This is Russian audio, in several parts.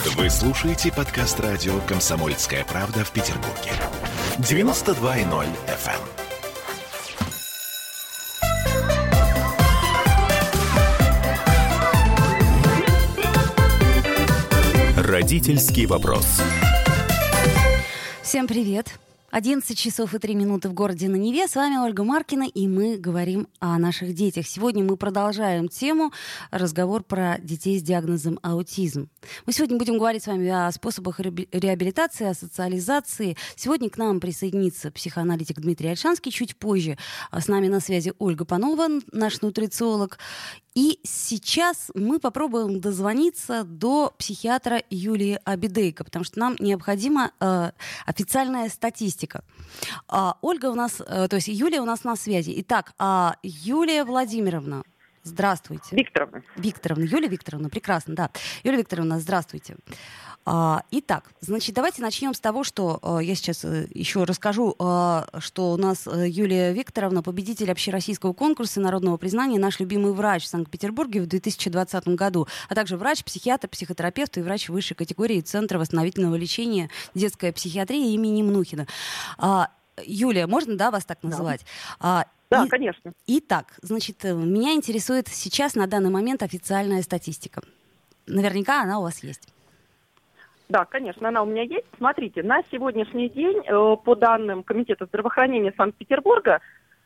Вы слушаете подкаст радио «Комсомольская правда» в Петербурге. 92.0 FM. Родительский вопрос. Всем привет. 11 часов и 3 минуты в городе на Неве. С вами Ольга Маркина, и мы говорим о наших детях. Сегодня мы продолжаем тему, разговор про детей с диагнозом аутизм. Мы сегодня будем говорить с вами о способах реабилитации, о социализации. Сегодня к нам присоединится психоаналитик Дмитрий Ольшанский. Чуть позже с нами на связи Ольга Панова, наш нутрициолог. И сейчас мы попробуем дозвониться до психиатра Юлии Абидейко, потому что нам необходима официальная статистика. Ольга у нас, то есть Юлия у нас на связи. Итак, Юлия Владимировна, здравствуйте. Викторовна. Юлия Викторовна, прекрасно, да. Юлия Викторовна, здравствуйте. Итак, значит, давайте начнем с того, что я сейчас еще расскажу, что у нас Юлия Викторовна, победитель общероссийского конкурса народного признания, наш любимый врач в Санкт-Петербурге в 2020 году, а также врач, психиатр, психотерапевт и врач высшей категории Центра восстановительного лечения детская психиатрия имени Мнухина. Юлия, можно, да, вас так называть? Да, конечно. Итак, значит, меня интересует сейчас на данный момент официальная статистика. Наверняка она у вас есть. Да, конечно, она у меня есть. Смотрите, на сегодняшний день, по данным Комитета здравоохранения Санкт-Петербурга,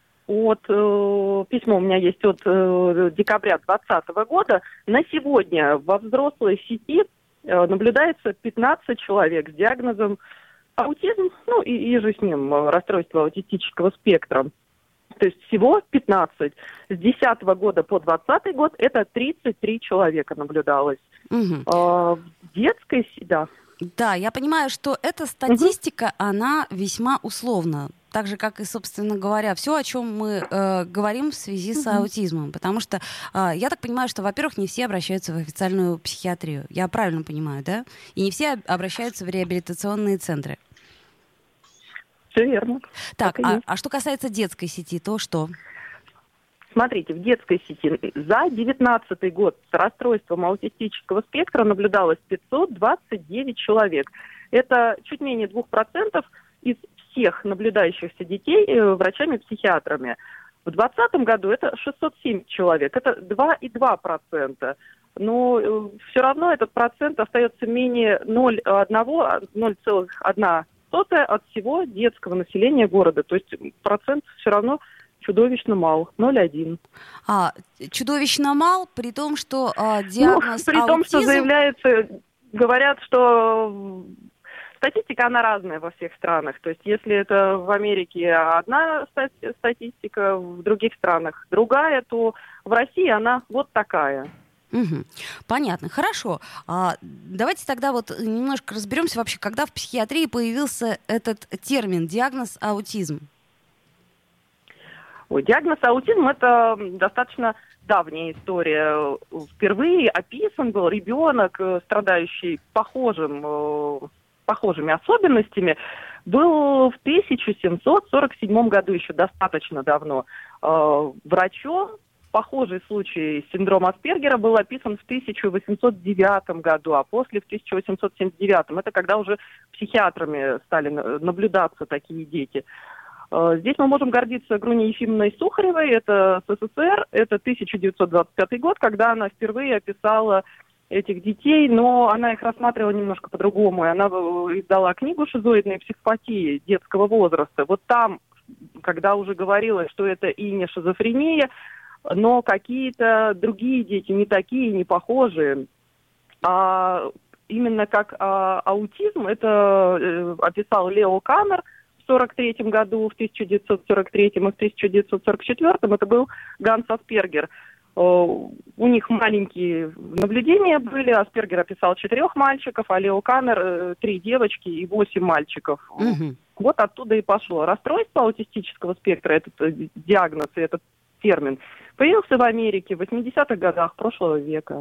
письмо у меня есть от декабря 2020 года, на сегодня во взрослой сети наблюдается 15 человек с диагнозом аутизм, и же с ним расстройство аутистического спектра. То есть всего 15. С 2010 года по 2020 год это 33 человека наблюдалось. Угу. В детской, да. Да, я понимаю, что эта статистика, она весьма условна. Так же, как и, собственно говоря, все, о чем мы говорим в связи с аутизмом. Потому что я так понимаю, что, во-первых, не все обращаются в официальную психиатрию. Я правильно понимаю, да? И не все обращаются в реабилитационные центры. Все верно. Так, а что касается детской сети, то что? Смотрите, в детской сети за 2019 год с расстройством аутистического спектра наблюдалось 529 человек. Это чуть менее 2% из всех наблюдающихся детей врачами-психиатрами. В 2020 году это 607 человек, это 2,2%. Но все равно этот процент остается менее 0,1% от всего детского населения города. То есть процент все равно чудовищно мал, 0,1. Чудовищно мал, при том, что диагноз при том, что говорят, что статистика, она разная во всех странах. То есть если это в Америке одна статистика, в других странах другая, то в России она вот такая. Угу. Понятно, хорошо. Давайте тогда немножко разберемся вообще, когда в психиатрии появился этот термин «диагноз аутизм». Диагноз аутизм – это достаточно давняя история. Впервые описан был ребенок, страдающий похожими особенностями, был в 1747 году, еще достаточно давно. Врачом похожий случай синдрома Аспергера был описан в 1809 году, а после в 1879. Это когда уже психиатрами стали наблюдаться такие дети. Здесь мы можем гордиться Груней Ефимовной Сухаревой, это СССР, это 1925 год, когда она впервые описала этих детей, но она их рассматривала немножко по-другому. И она издала книгу «Шизоидные психопатии детского возраста». Вот там, когда уже говорилось, что это и не шизофрения, но какие-то другие дети, не такие, не похожие, а именно как аутизм, это описал Лео Каннер в 1943 году, в 1943 и в 1944 это был Ганс Аспергер. У них маленькие наблюдения были. Аспергер описал 4 мальчиков, а Лео Каннер 3 девочки и 8 мальчиков. Угу. Вот оттуда и пошло. Расстройство аутистического спектра, этот диагноз и этот термин, появился в Америке в 80-х годах прошлого века.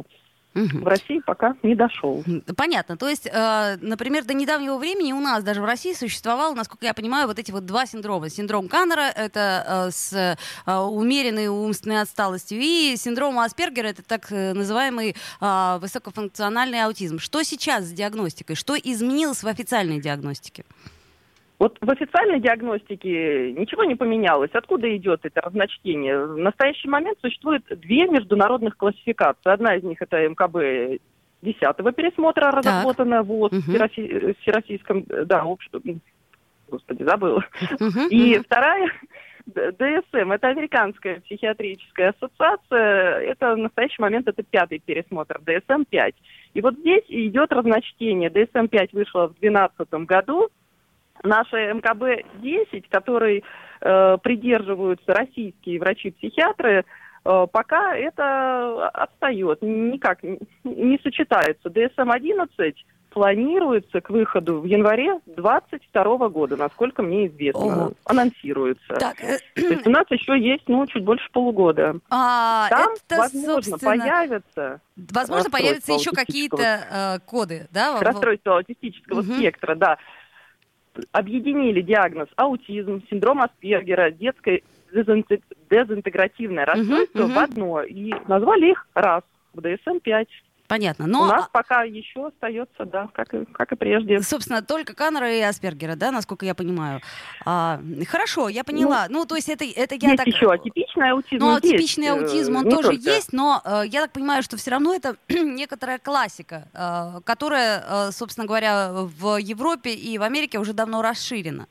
В России пока не дошел. Понятно. То есть, например, до недавнего времени у нас даже в России существовало, насколько я понимаю, вот эти вот два синдрома. Синдром Каннера — это с умеренной умственной отсталостью, и синдром Аспергера — это так называемый высокофункциональный аутизм. Что сейчас с диагностикой? Что изменилось в официальной диагностике? Вот в официальной диагностике ничего не поменялось. Откуда идет это разночтение? В настоящий момент существует две международных классификации. Одна из них — это МКБ 10-го пересмотра, разработанная ВОЗ в Всероссийском... Да, Господи, забыла. И вторая — ДСМ. Это Американская психиатрическая ассоциация. Это в настоящий момент это 5-й пересмотр, ДСМ-5. И вот здесь идет разночтение. ДСМ-5 вышла в 2012 году. Наши МКБ-10, которые придерживаются российские врачи-психиатры, пока это отстает, никак не сочетается. ДСМ-11 планируется к выходу в январе 2022 года, насколько мне известно. Анонсируется. Так. То есть у нас еще есть, чуть больше полугода. Там, возможно, появятся... Возможно, появятся еще какие-то коды, да? Расстройство аутистического спектра, да. Объединили диагноз аутизм, синдром Аспергера, детское дезинтегративное расстройство в одно. И назвали их РАС в ДСМ-5. Понятно. Но... У нас пока еще остается, да, как и прежде. Собственно, только Каннера и Аспергера, да, насколько я понимаю. Хорошо, я поняла. То есть это я есть так... еще атипичный аутизм. Атипичный аутизм, он тоже есть, но я так понимаю, что все равно это некоторая классика, которая, собственно говоря, в Европе и в Америке уже давно расширена.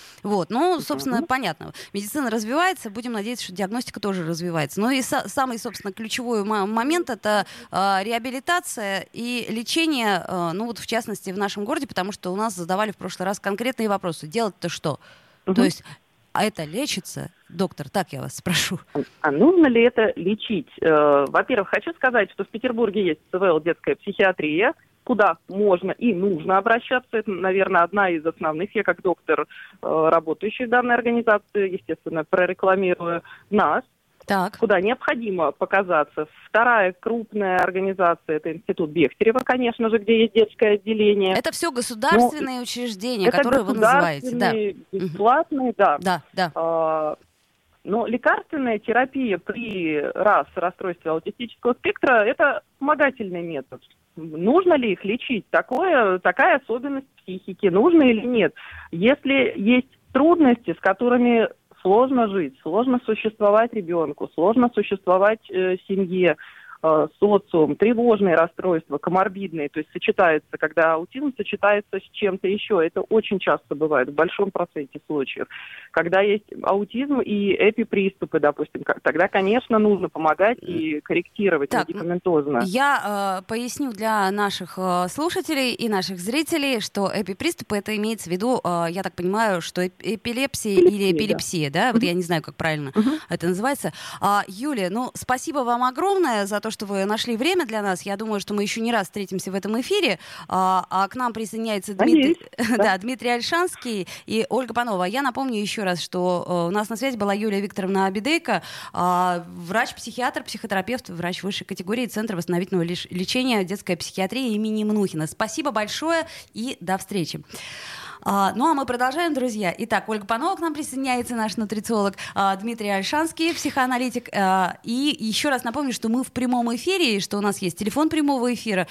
Собственно, понятно. Медицина развивается, будем надеяться, что диагностика тоже развивается. И самый, собственно, ключевой момент — это реабилитация и лечение, в частности, в нашем городе, потому что у нас задавали в прошлый раз конкретные вопросы. Делать-то что? То есть, это лечится? Доктор, так я вас спрошу. А нужно ли это лечить? Во-первых, хочу сказать, что в Петербурге есть ЦВЛ «Детская психиатрия», куда можно и нужно обращаться. Это, наверное, одна из основных. Я как доктор, работающий в данной организации, естественно, прорекламирую нас, куда необходимо показаться. Вторая крупная организация — это Институт Бехтерева, конечно же, где есть детское отделение. Это все государственные учреждения, которые вы называете. Да. Бесплатные, да. Да. Но лекарственная терапия при расстройстве аутистического спектра — это вспомогательный метод. Нужно ли их лечить? Такая особенность психики. Нужно или нет? Если есть трудности, с которыми сложно жить, сложно существовать ребенку, сложно существовать семье, социум, тревожные расстройства, коморбидные, то есть сочетается, когда аутизм сочетается с чем-то еще. Это очень часто бывает, в большом проценте случаев. Когда есть аутизм и эпиприступы, допустим, тогда, конечно, нужно помогать и корректировать медикаментозно. Я поясню для наших слушателей и наших зрителей, что эпиприступы — это имеется в виду, я так понимаю, что эпилепсия или эпилепсия, да? Вот я не знаю, как правильно это называется. Юлия, спасибо вам огромное за то, что вы нашли время для нас. Я думаю, что мы еще не раз встретимся в этом эфире. А к нам присоединяется Дмитрий Ольшанский и Ольга Панова. Я напомню еще раз, что у нас на связи была Юлия Викторовна Абидейко, врач-психиатр, психотерапевт, врач высшей категории Центра восстановительного лечения детской психиатрии имени Мнухина. Спасибо большое и до встречи. А мы продолжаем, друзья. Итак, Ольга Панова к нам присоединяется, наш нутрициолог, Дмитрий Ольшанский, психоаналитик. И еще раз напомню, что мы в прямом эфире, и что у нас есть телефон прямого эфира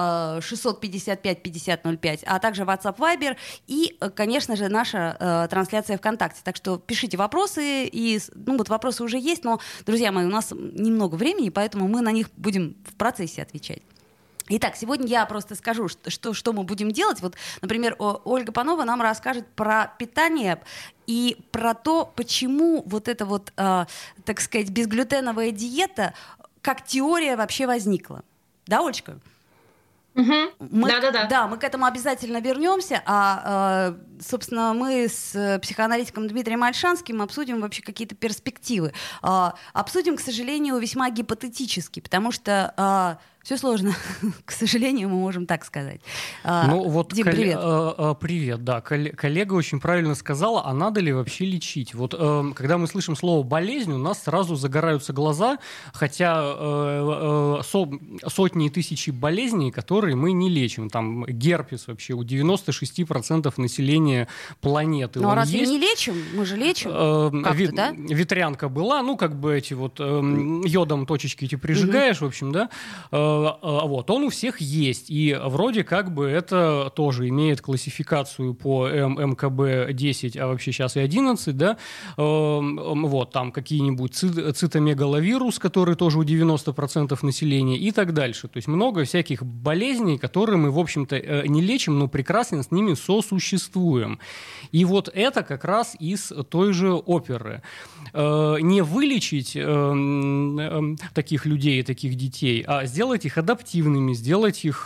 655-5005, а также WhatsApp, Viber и, конечно же, наша трансляция ВКонтакте. Так что пишите вопросы, и вопросы уже есть, но, друзья мои, у нас немного времени, поэтому мы на них будем в процессе отвечать. Итак, сегодня я просто скажу, что мы будем делать. Вот, например, Ольга Панова нам расскажет про питание и про то, почему вот эта вот, так сказать, безглютеновая диета как теория вообще возникла. Да, Олечка? Да, мы к этому обязательно вернемся, собственно, мы с психоаналитиком Дмитрием Ольшанским обсудим вообще какие-то перспективы. Обсудим, к сожалению, весьма гипотетически, потому что Все сложно, к сожалению, мы можем так сказать. Дим, привет. Привет, да. Коллега очень правильно сказала, а надо ли вообще лечить? Вот когда мы слышим слово «болезнь», у нас сразу загораются глаза, хотя сотни и тысячи болезней, которые мы не лечим. Там герпес вообще у 96% населения планеты. Ну, а разве не лечим? Мы же лечим как-то, да? Ветрянка была, эти вот йодом точечки эти прижигаешь, в общем, да? Вот, он у всех есть, и вроде как бы это тоже имеет классификацию по МКБ-10, а вообще сейчас и 11, да, вот, там какие-нибудь цитомегаловирус, который тоже у 90% населения и так дальше, то есть много всяких болезней, которые мы, в общем-то, не лечим, но прекрасно с ними сосуществуем, и вот это как раз из той же оперы. Не вылечить таких людей, таких детей, а сделать их адаптивными, сделать их,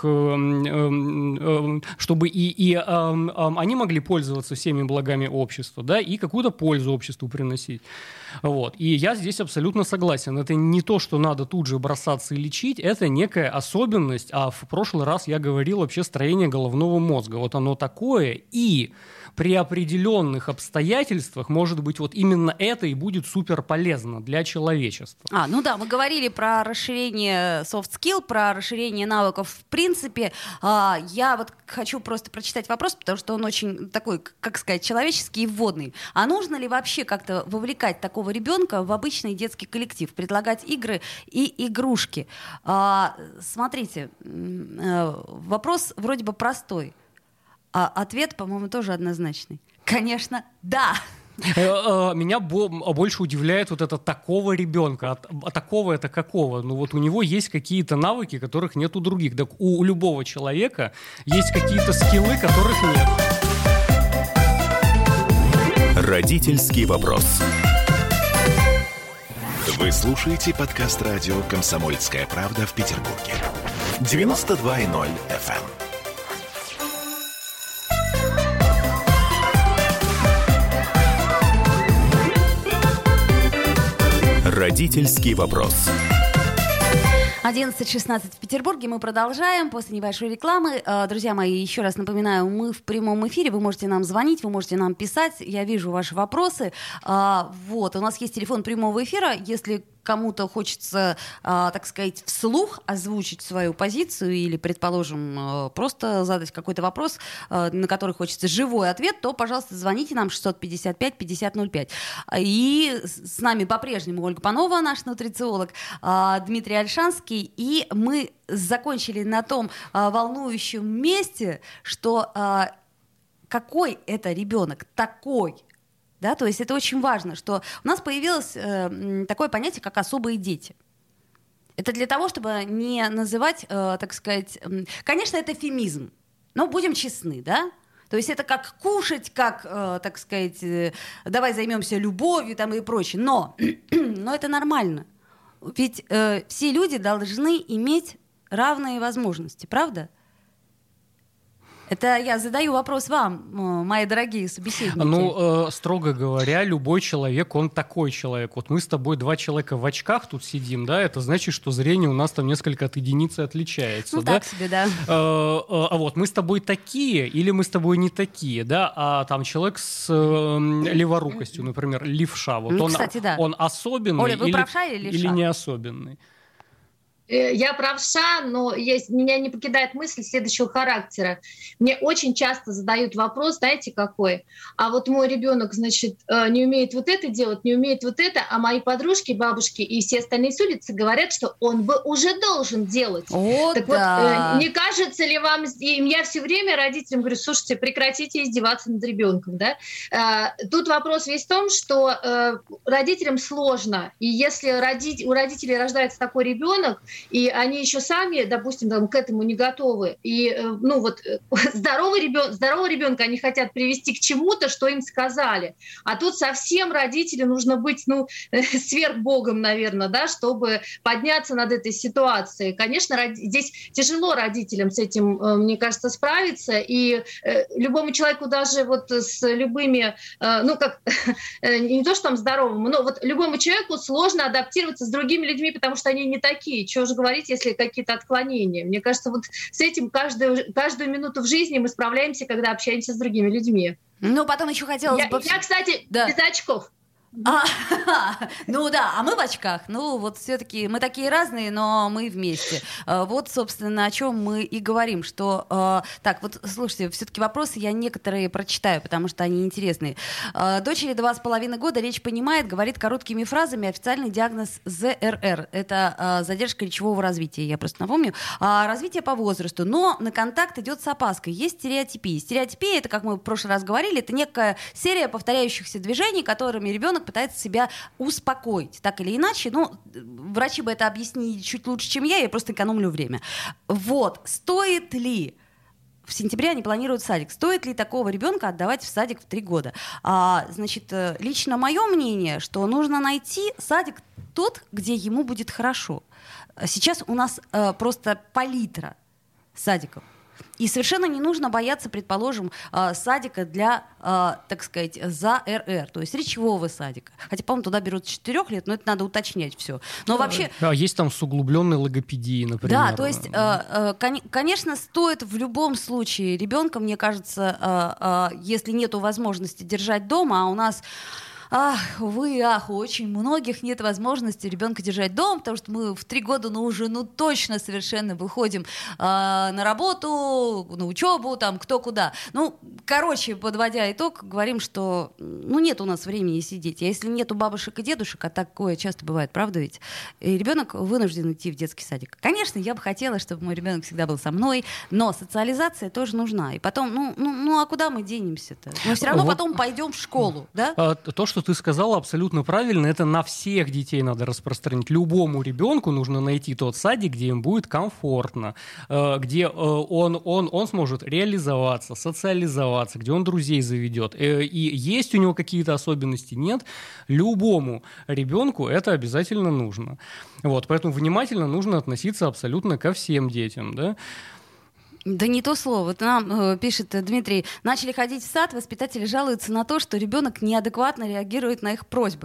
чтобы они могли пользоваться всеми благами общества, да, и какую-то пользу обществу приносить. Вот. И я здесь абсолютно согласен. Это не то, что надо тут же бросаться и лечить, это некая особенность, а в прошлый раз я говорил вообще строение головного мозга. Вот оно такое, и при определенных обстоятельствах, может быть, вот именно это и будет супер полезно для человечества. Мы говорили про расширение soft skill, про расширение навыков в принципе. Я вот хочу просто прочитать вопрос, потому что он очень такой, как сказать, человеческий и вводный. А нужно ли вообще как-то вовлекать такого ребенка в обычный детский коллектив, предлагать игры и игрушки? Смотрите, вопрос вроде бы простой. А ответ, по-моему, тоже однозначный. Конечно, да. Меня больше удивляет вот это такого ребенка. А такого это какого? Ну вот у него есть какие-то навыки, которых нет у других. Так у любого человека есть какие-то скиллы, которых нет. Родительский вопрос. Вы слушаете подкаст радио «Комсомольская правда» в Петербурге. 92.0 FM. Родительский вопрос. 11:16 в Петербурге. Мы продолжаем после небольшой рекламы. Друзья мои, еще раз напоминаю, мы в прямом эфире. Вы можете нам звонить, вы можете нам писать. Я вижу ваши вопросы. Вот, у нас есть телефон прямого эфира. Если кому-то хочется, так сказать, вслух озвучить свою позицию или, предположим, просто задать какой-то вопрос, на который хочется живой ответ, то, пожалуйста, звоните нам 655-5005. И с нами по-прежнему Ольга Панова, наш нутрициолог, Дмитрий Ольшанский, и мы закончили на том волнующем месте, что какой это ребенок, такой. Да, то есть это очень важно, что у нас появилось такое понятие, как особые дети. Это для того, чтобы не называть, так сказать... Конечно, это эвфемизм, но будем честны, да? То есть это как кушать, как, так сказать, давай займемся любовью там, и прочее. Но это нормально. Ведь все люди должны иметь равные возможности, правда? Это я задаю вопрос вам, мои дорогие собеседники. Строго говоря, любой человек, он такой человек. Вот мы с тобой два человека в очках тут сидим, да, это значит, что зрение у нас там несколько от единицы отличается. Ну, да? так себе, да. А вот мы с тобой такие или мы с тобой не такие, да, а там человек с леворукостью, например, левша, вот кстати, да. Он особенный. Оля, вы правша или левша? Или не особенный? Я правша, но меня не покидает мысль следующего характера. Мне очень часто задают вопрос, знаете, какой? А вот мой ребенок, значит, не умеет вот это делать, не умеет вот это, а мои подружки, бабушки и все остальные с улицы говорят, что он бы уже должен делать. Так да. Вот, не кажется ли вам... И я все время родителям говорю, слушайте, прекратите издеваться над ребенком, да? Тут вопрос весь в том, что родителям сложно, и если у родителей рождается такой ребенок, и они еще сами, допустим, там, к этому не готовы. И здорового ребенка они хотят привести к чему-то, что им сказали. А тут совсем родителям нужно быть сверх Богом, наверное, да, чтобы подняться над этой ситуацией. Конечно, здесь тяжело родителям с этим, мне кажется, справиться. И любому человеку даже вот с любыми, не то, что там здоровому, но вот любому человеку сложно адаптироваться с другими людьми, потому что они не такие. что уже говорить, если какие-то отклонения. Мне кажется, вот с этим каждую минуту в жизни мы справляемся, когда общаемся с другими людьми. Ну, потом еще хотелось бы... Я, кстати, без очков. Ну да, а мы в очках. Ну вот все-таки мы такие разные, но мы вместе. Вот, собственно, о чем мы и говорим, что... Так, вот, слушайте, все-таки вопросы я некоторые прочитаю, потому что они интересные. Дочери 2,5 года, речь понимает, говорит короткими фразами, официальный диагноз ЗРР. Это задержка речевого развития, я просто напомню. Развитие по возрасту, но на контакт идет с опаской. Есть стереотипия. Стереотипия — это, как мы в прошлый раз говорили, это некая серия повторяющихся движений, которыми ребенок пытается себя успокоить. Так или иначе, ну, врачи бы это объяснили чуть лучше, чем я просто экономлю время. Вот, стоит ли... В сентябре они планируют садик. Стоит ли такого ребенка отдавать в садик в 3 года? Значит, лично мое мнение, что нужно найти садик тот, где ему будет хорошо. Сейчас у нас просто палитра садиков. И совершенно не нужно бояться, предположим, садика для, так сказать, ЗРР, то есть речевого садика. Хотя, по-моему, туда берут с 4 лет, но это надо уточнять все. Но вообще... Есть там с углубленной логопедией, например. Да, то есть, конечно, стоит в любом случае ребенка, мне кажется, если нету возможности держать дома, а у нас... у очень многих нет возможности ребенка держать дома, потому что мы в 3 года, уже точно совершенно выходим на работу, на учебу, там, кто куда. Подводя итог, говорим, что, нет у нас времени сидеть. А если нету бабушек и дедушек, а такое часто бывает, правда ведь, и ребенок вынужден идти в детский садик. Конечно, я бы хотела, чтобы мой ребенок всегда был со мной, но социализация тоже нужна. И потом, а куда мы денемся-то? Мы все равно потом пойдем в школу, да? То, что ты сказала, абсолютно правильно. Это на всех детей надо распространить. Любому ребенку нужно найти тот садик, где им будет комфортно, где он сможет реализоваться, социализоваться, где он друзей заведет. И есть у него какие-то особенности? Нет. Любому ребенку это обязательно нужно. Вот, поэтому внимательно нужно относиться абсолютно ко всем детям, да? Да не то слово. Вот нам пишет Дмитрий, начали ходить в сад, воспитатели жалуются на то, что ребенок неадекватно реагирует на их просьбы.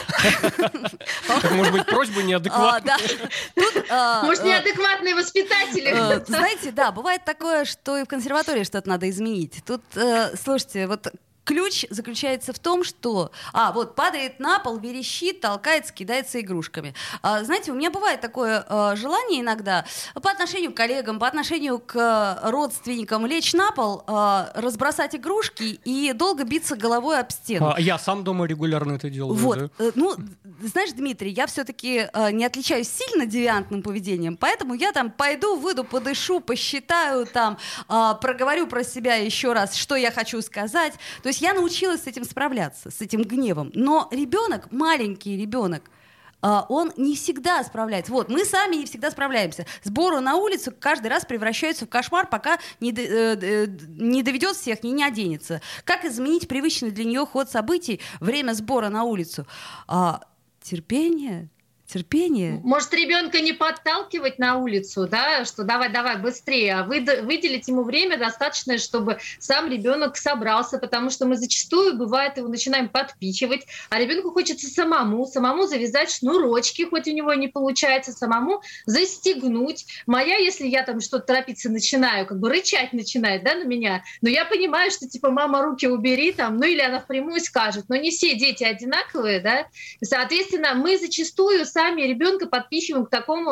Может быть, просьбы неадекватные? Может, неадекватные воспитатели? Знаете, да, бывает такое, что и в консерватории что-то надо изменить. Тут, слушайте, вот... Ключ заключается в том, что падает на пол, верещит, толкается, кидается игрушками. Знаете, у меня бывает такое желание иногда по отношению к коллегам, по отношению к родственникам лечь на пол, разбросать игрушки и долго биться головой об стену. Я сам дома регулярно это делаю. Вот. Да? Знаешь, Дмитрий, я все-таки не отличаюсь сильно девиантным поведением, поэтому я там пойду, выйду, подышу, посчитаю, там, проговорю про себя еще раз, что я хочу сказать. То есть я научилась с этим справляться, с этим гневом. Но ребенок, маленький ребенок, он не всегда справляется. Вот, мы сами не всегда справляемся. Сборы на улицу каждый раз превращаются в кошмар, пока не доведет всех, не оденется. Как изменить привычный для нее ход событий, время сбора на улицу? Терпение. Может, ребенка не подталкивать на улицу, да, что давай быстрее, а выделить ему время достаточное, чтобы сам ребенок собрался, потому что мы зачастую, бывает, его начинаем подпичивать, а ребенку хочется самому завязать шнурочки, хоть у него не получается, самому застегнуть. Если я там что-то торопиться начинаю, рычать начинает, да, на меня, но я понимаю, что мама, руки убери, там, или она впрямую скажет, но не все дети одинаковые, да, соответственно, мы зачастую сами ребенка подталкиваем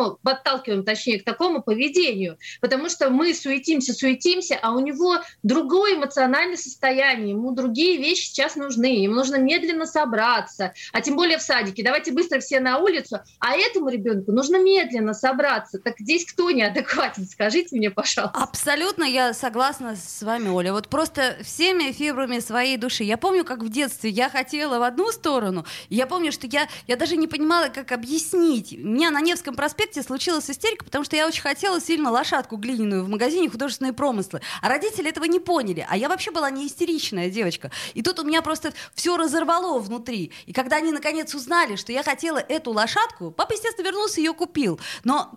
к такому поведению, потому что мы суетимся, а у него другое эмоциональное состояние, ему другие вещи сейчас нужны, ему нужно медленно собраться, а тем более в садике. Давайте быстро все на улицу, а этому ребенку нужно медленно собраться. Так здесь кто неадекватен? Скажите мне, пожалуйста. Абсолютно я согласна с вами, Оля. Вот просто всеми фибрами своей души. Я помню, как в детстве я хотела в одну сторону, и я помню, что я даже не понимала, как объяснить. У меня на Невском проспекте случилась истерика, потому что я очень хотела сильно лошадку глиняную в магазине «Художественные промыслы». А родители этого не поняли. А я вообще была не истеричная девочка. И тут у меня просто все разорвало внутри. И когда они наконец узнали, что я хотела эту лошадку, папа, естественно, вернулся и ее купил. Но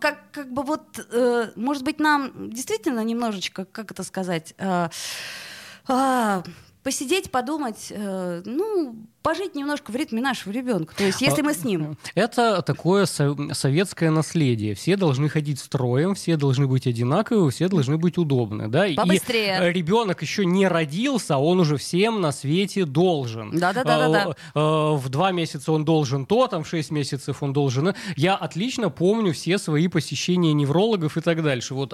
может быть, нам действительно немножечко, как это сказать, посидеть, подумать, пожить немножко в ритме нашего ребенка. То есть, если мы с ним. Это такое советское наследие. Все должны ходить строем, все должны быть одинаковые, все должны быть удобны. Да? Побыстрее. И ребенок еще не родился, а он уже всем на свете должен. Да. В 2 месяца он должен то, там в 6 месяцев он должен. Я отлично помню все свои посещения неврологов и так дальше. Вот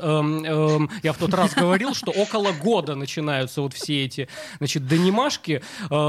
я в тот раз говорил, что около года начинаются вот все эти, значит, донимашки,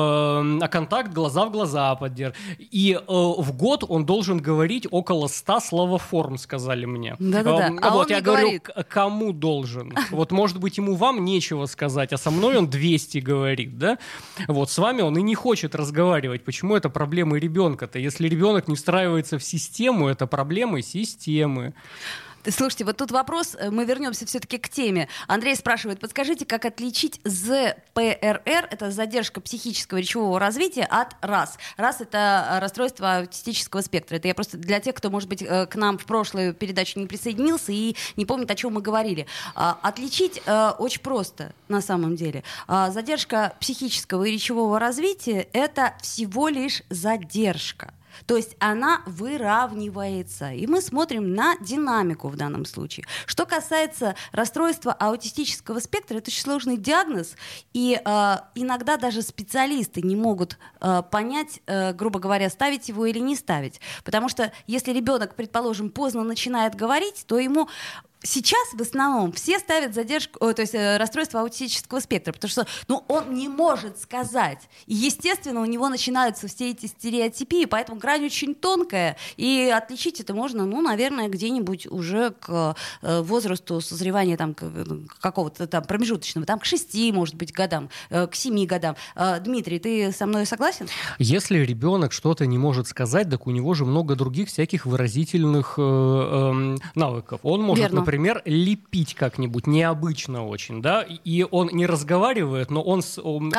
а контакт глаза в глаза поддерживать. И в год он должен говорить около 100 словоформ, сказали мне. Да. Вот я говорю, кому должен? Вот, может быть, ему вам нечего сказать, а со мной он 200 говорит, да? Вот, с вами он и не хочет разговаривать. Почему это проблемы ребенка-то? Если ребенок не встраивается в систему, это проблемы системы. Слушайте, вот тут вопрос, мы вернемся все-таки к теме. Андрей спрашивает, подскажите, как отличить ЗПРР, это задержка психического речевого развития, от РАС. РАС — это расстройство аутистического спектра. Это я просто для тех, кто, может быть, к нам в прошлую передачу не присоединился и не помнит, о чем мы говорили. Отличить очень просто, на самом деле. Задержка психического и речевого развития — это всего лишь задержка. То есть она выравнивается. И мы смотрим на динамику в данном случае. Что касается расстройства аутистического спектра, это очень сложный диагноз. И иногда даже специалисты не могут понять, грубо говоря, ставить его или не ставить. Потому что если ребенок, предположим, поздно начинает говорить, то ему... Сейчас в основном все ставят задержку, то есть расстройство аутистического спектра, потому что он не может сказать. И, естественно, у него начинаются все эти стереотипы, поэтому грань очень тонкая, и отличить это можно, наверное, где-нибудь уже к возрасту созревания там, какого-то там промежуточного, там, к 6, может быть, годам, к 7 годам. Дмитрий, ты со мной согласен? Если ребенок что-то не может сказать, так у него же много других всяких выразительных навыков. Он может, например, лепить как-нибудь необычно очень, да, и он не разговаривает, но он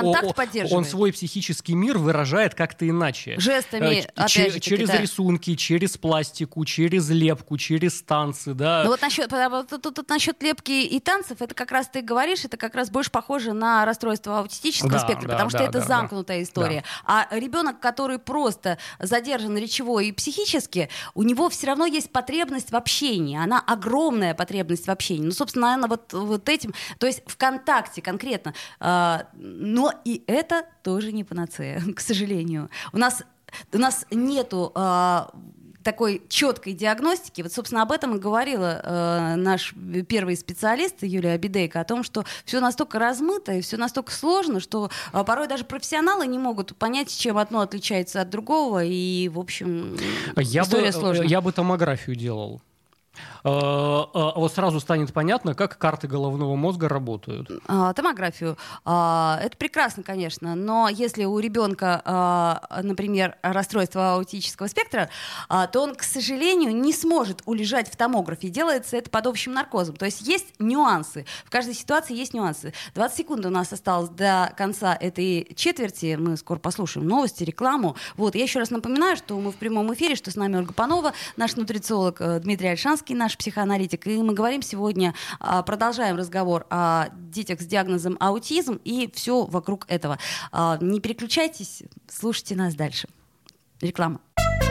свой психический мир выражает как-то иначе. Жестами, через рисунки, через пластику, через лепку, через танцы, да. Ну вот насчет лепки и танцев, это как раз ты говоришь, это как раз больше похоже на расстройство аутистического спектра, потому что это замкнутая история. Да. А ребенок, который просто задержан речево и психически, у него все равно есть потребность в общении, она огромная потребность в общении. Собственно, наверное, вот этим, то есть в контакте конкретно. Но и это тоже не панацея, к сожалению. У нас нету такой четкой диагностики. Вот, собственно, об этом и говорила наш первый специалист Юлия Абидейко, о том, что все настолько размыто и все настолько сложно, что порой даже профессионалы не могут понять, чем одно отличается от другого, и, в общем, история сложная. Я бы томографию делал. Вот сразу станет понятно, как карты головного мозга работают. Томографию. Это прекрасно, конечно, но если у ребенка, например, расстройство аутического спектра, то он, к сожалению, не сможет улежать в томографе. Делается это под общим наркозом. То есть есть нюансы. В каждой ситуации есть нюансы. 20 секунд у нас осталось до конца этой четверти. Мы скоро послушаем новости, рекламу. Вот. Я еще раз напоминаю, что мы в прямом эфире, что с нами Ольга Панова, наш нутрициолог, Дмитрий Ольшанский, наш психоаналитик. И мы говорим сегодня, продолжаем разговор о детях с диагнозом аутизм и все вокруг этого. Не переключайтесь, слушайте нас дальше. Реклама.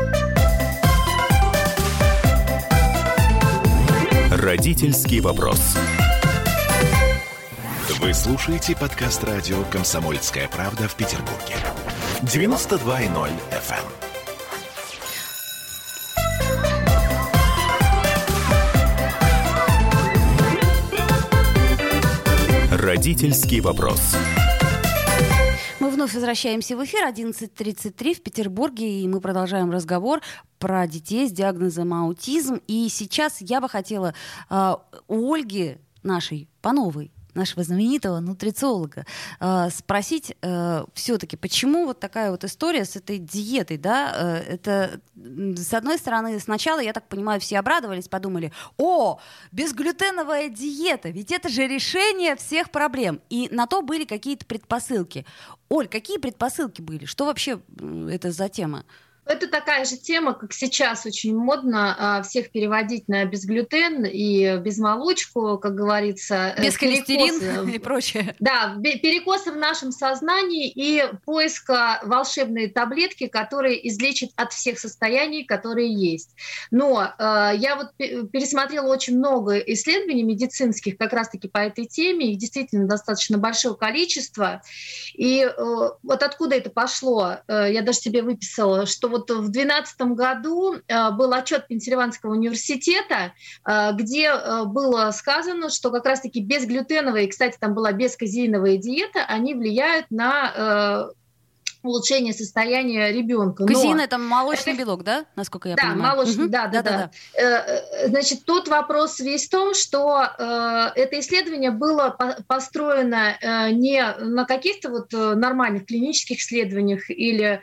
Родительский вопрос. Вы слушаете подкаст радио «Комсомольская правда» в Петербурге. 92.0 FM. Родительский вопрос. Мы вновь возвращаемся в эфир. 11:33 в Петербурге, и мы продолжаем разговор про детей с диагнозом аутизм. И сейчас я бы хотела у Ольги нашей Пановой, нашего знаменитого нутрициолога, спросить все-таки, почему вот такая вот история с этой диетой, да? Это, с одной стороны, сначала, я так понимаю, все обрадовались, подумали: о, безглютеновая диета, ведь это же решение всех проблем. И на то были какие-то предпосылки. Оль, какие предпосылки были? Что вообще это за тема? Это такая же тема, как сейчас очень модно всех переводить на безглютен и безмолочку, как говорится. Без холестерин и прочее. Да, перекосы в нашем сознании и поиска волшебной таблетки, которые излечат от всех состояний, которые есть. Но я вот пересмотрела очень много исследований медицинских как раз-таки по этой теме, их действительно достаточно большое количество. И вот откуда это пошло, я даже себе выписала, что вот в 2012 году был отчет Пенсильванского университета, где было сказано, что как раз-таки безглютеновые, кстати, там была безказеиновая диета, они влияют на улучшение состояния ребенка. Казеин — это молочный белок, да, насколько я понимаю? Молочный, да. Значит, тут вопрос весь в том, что это исследование было построено не на каких-то вот нормальных клинических исследованиях или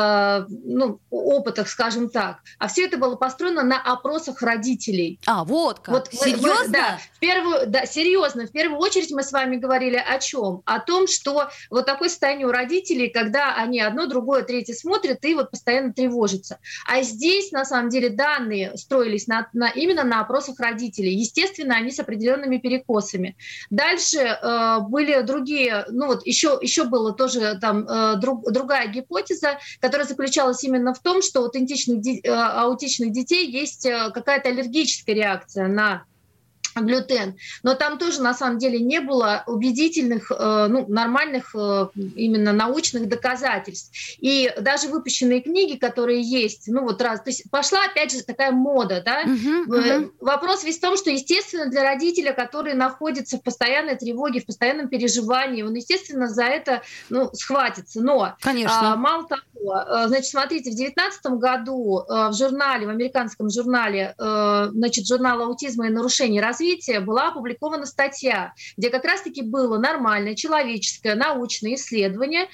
опытах, скажем так, а все это было построено на опросах родителей. Вот как? Серьезно? Серьезно. В первую очередь мы с вами говорили о чем? О том, что вот такое состояние у родителей, когда они одно, другое, третье смотрят и вот постоянно тревожатся. А здесь, на самом деле, данные строились именно на опросах родителей. Естественно, они с определенными перекосами. Дальше были другие, еще была тоже там другая гипотеза, которая заключалась именно в том, что у аутичных детей есть какая-то аллергическая реакция на глютен. Но там тоже, на самом деле, не было убедительных, нормальных, именно научных доказательств. И даже выпущенные книги, которые есть, то есть пошла, опять же, такая мода, да? Вопрос весь в том, что, естественно, для родителя, который находится в постоянной тревоге, в постоянном переживании, он, естественно, за это, схватится. Но, конечно, мало того, значит, смотрите, в 2019 году в американском журнале, журнал аутизма и нарушений развития, была опубликована статья, где как раз-таки было нормальное человеческое научное исследование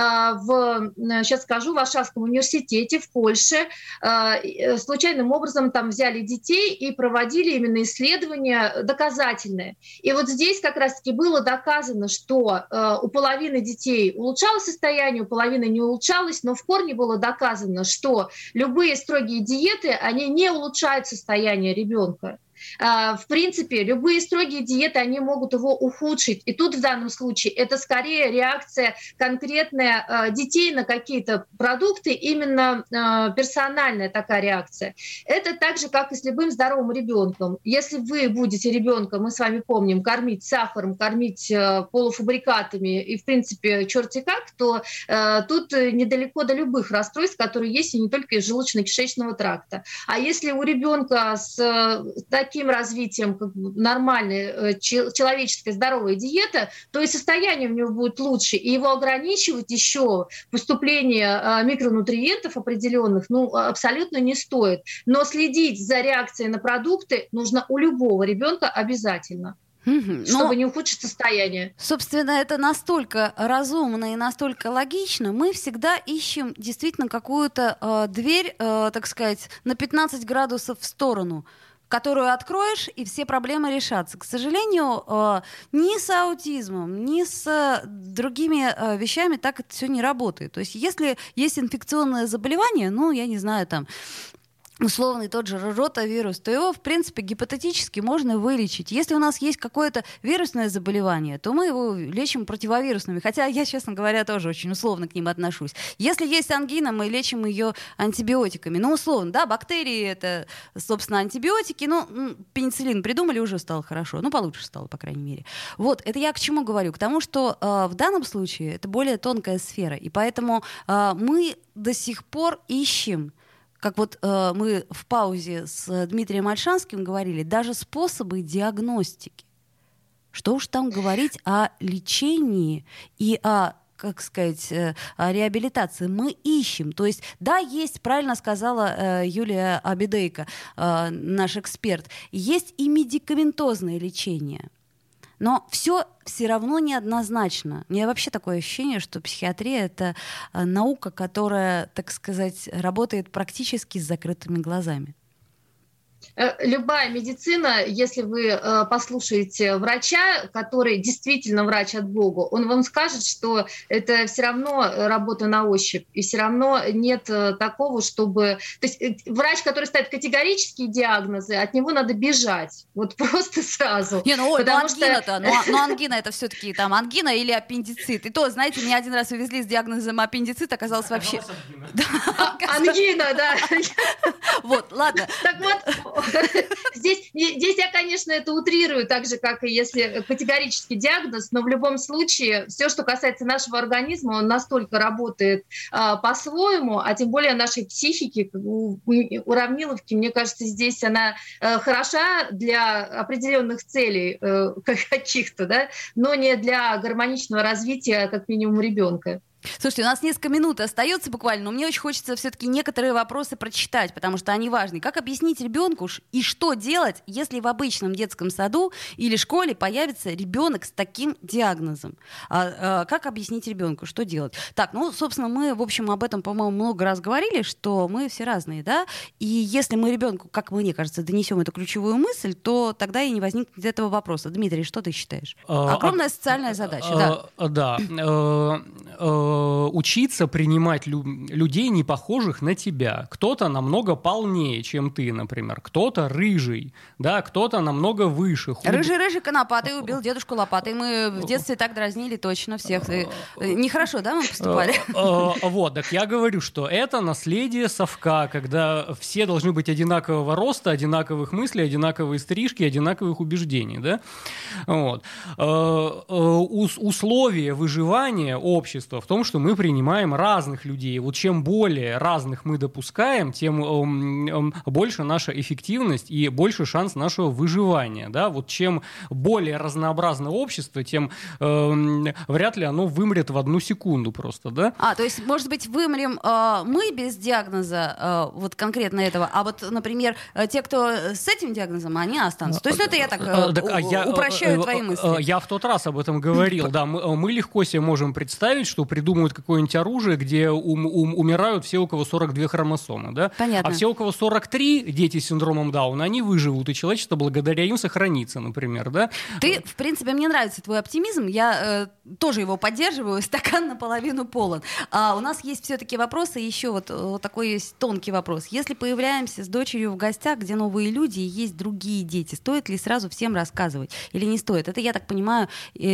сейчас скажу, в Варшавском университете в Польше. Случайным образом там взяли детей и проводили именно исследования доказательные. И вот здесь как раз-таки было доказано, что у половины детей улучшалось состояние, у половины не улучшалось, но в корне было доказано, что любые строгие диеты, они не улучшают состояние ребенка. В принципе, любые строгие диеты, они могут его ухудшить. И тут в данном случае это скорее реакция конкретная детей на какие-то продукты, именно персональная такая реакция. Это так же, как и с любым здоровым ребенком. Если вы будете ребенка, мы с вами помним, кормить сахаром, кормить полуфабрикатами и, в принципе, черти как, то тут недалеко до любых расстройств, которые есть и не только из желудочно-кишечного тракта. А если у ребенка с таким развитием, как нормальная человеческая здоровая диета, то и состояние у него будет лучше, и его ограничивать еще поступление микронутриентов определенных, абсолютно не стоит. Но следить за реакцией на продукты нужно у любого ребенка обязательно. Чтобы не ухудшить состояние. Собственно, это настолько разумно и настолько логично. Мы всегда ищем действительно какую-то дверь, так сказать, на 15 градусов в сторону, которую откроешь, и все проблемы решатся. К сожалению, ни с аутизмом, ни с другими вещами так это все не работает. То есть если есть инфекционное заболевание, я не знаю, там, условный тот же ротавирус, то его, в принципе, гипотетически можно вылечить. Если у нас есть какое-то вирусное заболевание, то мы его лечим противовирусными. Хотя я, честно говоря, тоже очень условно к ним отношусь. Если есть ангина, мы лечим ее антибиотиками. Условно, да, бактерии — это, собственно, антибиотики. Пенициллин придумали, уже стало хорошо. Получше стало, по крайней мере. Вот, это я к чему говорю? К тому, что в данном случае это более тонкая сфера. И поэтому мы до сих пор ищем, как вот мы в паузе с Дмитрием Ольшанским говорили, даже способы диагностики. Что уж там говорить о лечении и о реабилитации. Мы ищем. То есть, да, есть, правильно сказала Юлия Абидейко, наш эксперт, есть и медикаментозное лечение. Но все равно неоднозначно. У меня вообще такое ощущение, что психиатрия — это наука, которая, так сказать, работает практически с закрытыми глазами. Любая медицина, если вы послушаете врача, который действительно врач от Бога, он вам скажет, что это все равно работа на ощупь, и все равно нет такого, чтобы... То есть врач, который ставит категорические диагнозы, от него надо бежать, вот просто сразу. Не, ну, ангина-то, но ангина это все-таки там ангина или аппендицит. И то, знаете, меня один раз увезли с диагнозом аппендицит, оказалось вообще... Ангина, да. Вот, ладно. Так вот, здесь я, конечно, это утрирую, так же, как и если категорический диагноз, но в любом случае все, что касается нашего организма, он настолько работает по-своему, а тем более нашей психики, у уравниловки, мне кажется, здесь она хороша для определенных целей каких-то, да, но не для гармоничного развития, как минимум, ребенка. Слушайте, у нас несколько минут остается буквально, но мне очень хочется все-таки некоторые вопросы прочитать, потому что они важны. Как объяснить ребенку и что делать, если в обычном детском саду или школе появится ребенок с таким диагнозом? Как объяснить ребенку, что делать? Так, ну, собственно, мы, в общем, об этом, по-моему, много раз говорили, что мы все разные, да? И если мы ребенку, как мне кажется, донесем эту ключевую мысль, то тогда и не возникнет этого вопроса. Дмитрий, что ты считаешь? Огромная социальная задача, да. Да. Учиться принимать людей, не похожих на тебя. Кто-то намного полнее, чем ты, например. Кто-то рыжий, да, кто-то намного выше. Рыжий конопатый убил дедушку лопатой. Мы в детстве так дразнили точно всех. Нехорошо, да, мы поступали? Вот, так я говорю, что это наследие совка, когда все должны быть одинакового роста, одинаковых мыслей, одинаковые стрижки, одинаковых убеждений, да? Вот. Условия выживания общества в том, что мы принимаем разных людей. Вот чем более разных мы допускаем, тем больше наша эффективность и больше шанс нашего выживания. Да? Вот чем более разнообразное общество, тем вряд ли оно вымрет в одну секунду просто. Да? То есть, может быть, вымрем мы без диагноза, вот конкретно этого, а вот, например, те, кто с этим диагнозом, они останутся. То есть, это я так упрощаю твои мысли. Я в тот раз об этом говорил. Да, мы легко себе можем представить, что придумывают какое-нибудь оружие, где умирают все, у кого 42 хромосомы, да? Понятно. А все, у кого 43, дети с синдромом Дауна, они выживут, и человечество благодаря им сохранится, например, да? В принципе, мне нравится твой оптимизм, я тоже его поддерживаю, стакан наполовину полон. У нас есть все-таки вопросы, еще вот такой есть тонкий вопрос. Если появляемся с дочерью в гостях, где новые люди и есть другие дети, стоит ли сразу всем рассказывать или не стоит? Это, я так понимаю,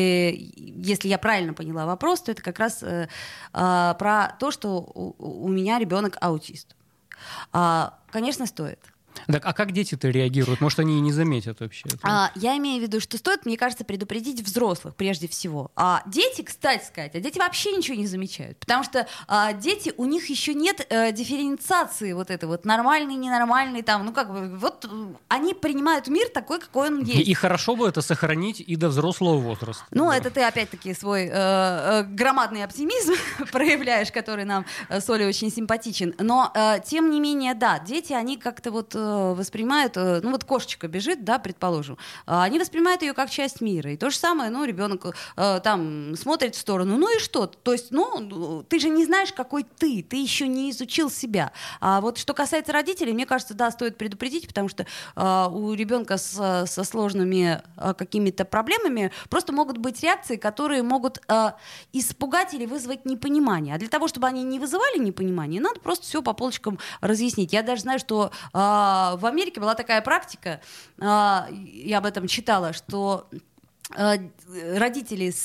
если я правильно поняла вопрос, то это как раз про то, что у меня ребенок аутист. Конечно, стоит. Так, а как дети-то реагируют? Может, они и не заметят вообще это? Я имею в виду, что стоит, мне кажется, предупредить взрослых прежде всего. А дети, кстати сказать, дети вообще ничего не замечают. Потому что дети, у них еще нет дифференциации вот этой вот нормальный, ненормальный, там, ну как бы, вот они принимают мир такой, какой он есть. И хорошо бы это сохранить и до взрослого возраста. Ну, да. Это ты опять-таки свой громадный оптимизм проявляешь, который нам с Олей очень симпатичен. Но, тем не менее, да, дети, они как-то вот воспринимают, ну вот кошечка бежит, да, предположим, они воспринимают ее как часть мира. И то же самое, ну, ребенок там смотрит в сторону, ну и что? То есть, ну, ты же не знаешь, какой ты еще не изучил себя. А вот что касается родителей, мне кажется, да, стоит предупредить, потому что у ребенка со сложными какими-то проблемами просто могут быть реакции, которые могут испугать или вызвать непонимание. А для того, чтобы они не вызывали непонимание, надо просто все по полочкам разъяснить. Я даже знаю, что в Америке была такая практика, я об этом читала, что родители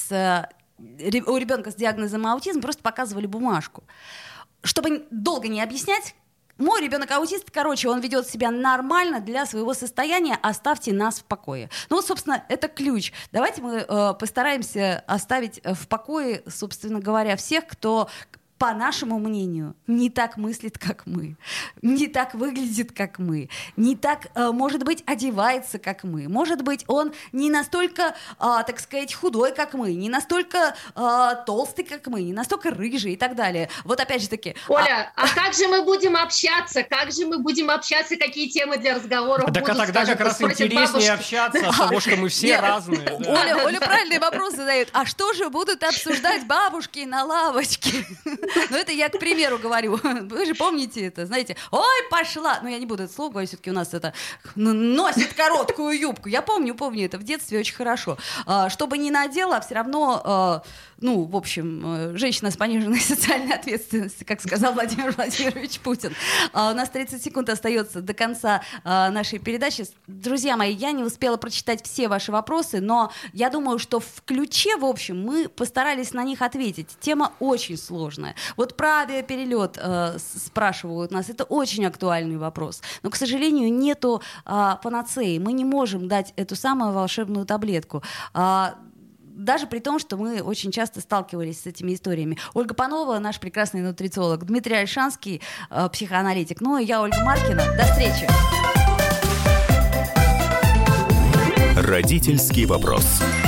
у ребенка с диагнозом аутизм просто показывали бумажку. Чтобы долго не объяснять, мой ребенок аутист, короче, он ведет себя нормально для своего состояния, оставьте нас в покое. Ну вот, собственно, это ключ. Давайте мы постараемся оставить в покое, собственно говоря, всех, кто, по нашему мнению, не так мыслит, как мы, не так выглядит, как мы, не так, может быть, одевается, как мы, может быть, он не настолько, так сказать, худой, как мы, не настолько толстый, как мы, не настолько рыжий и так далее. Вот опять же таки... Оля, а как же мы будем общаться? Как же мы будем общаться? Какие темы для разговоров будут? Так тогда как раз интереснее общаться, потому что мы все разные. Оля правильный вопрос задает. А что же будут обсуждать бабушки на лавочке? Но это я к примеру говорю. Вы же помните это, знаете, ой, пошла. Ну, я не буду это слово говорить, все-таки у нас это носит короткую юбку. Я помню это в детстве очень хорошо. Что бы ни надела, все равно, ну, в общем, женщина с пониженной социальной ответственностью, как сказал Владимир Владимирович Путин. У нас 30 секунд остается до конца нашей передачи. Друзья мои, я не успела прочитать все ваши вопросы, но я думаю, что в ключе, в общем, мы постарались на них ответить. Тема очень сложная. Вот про авиаперелет спрашивают нас. Это очень актуальный вопрос. Но, к сожалению, нету панацеи. Мы не можем дать эту самую волшебную таблетку. Даже при том, что мы очень часто сталкивались с этими историями. Ольга Панова, наш прекрасный нутрициолог, Дмитрий Ольшанский, психоаналитик. Ну и я, Ольга Маркина. До встречи. Родительский вопрос.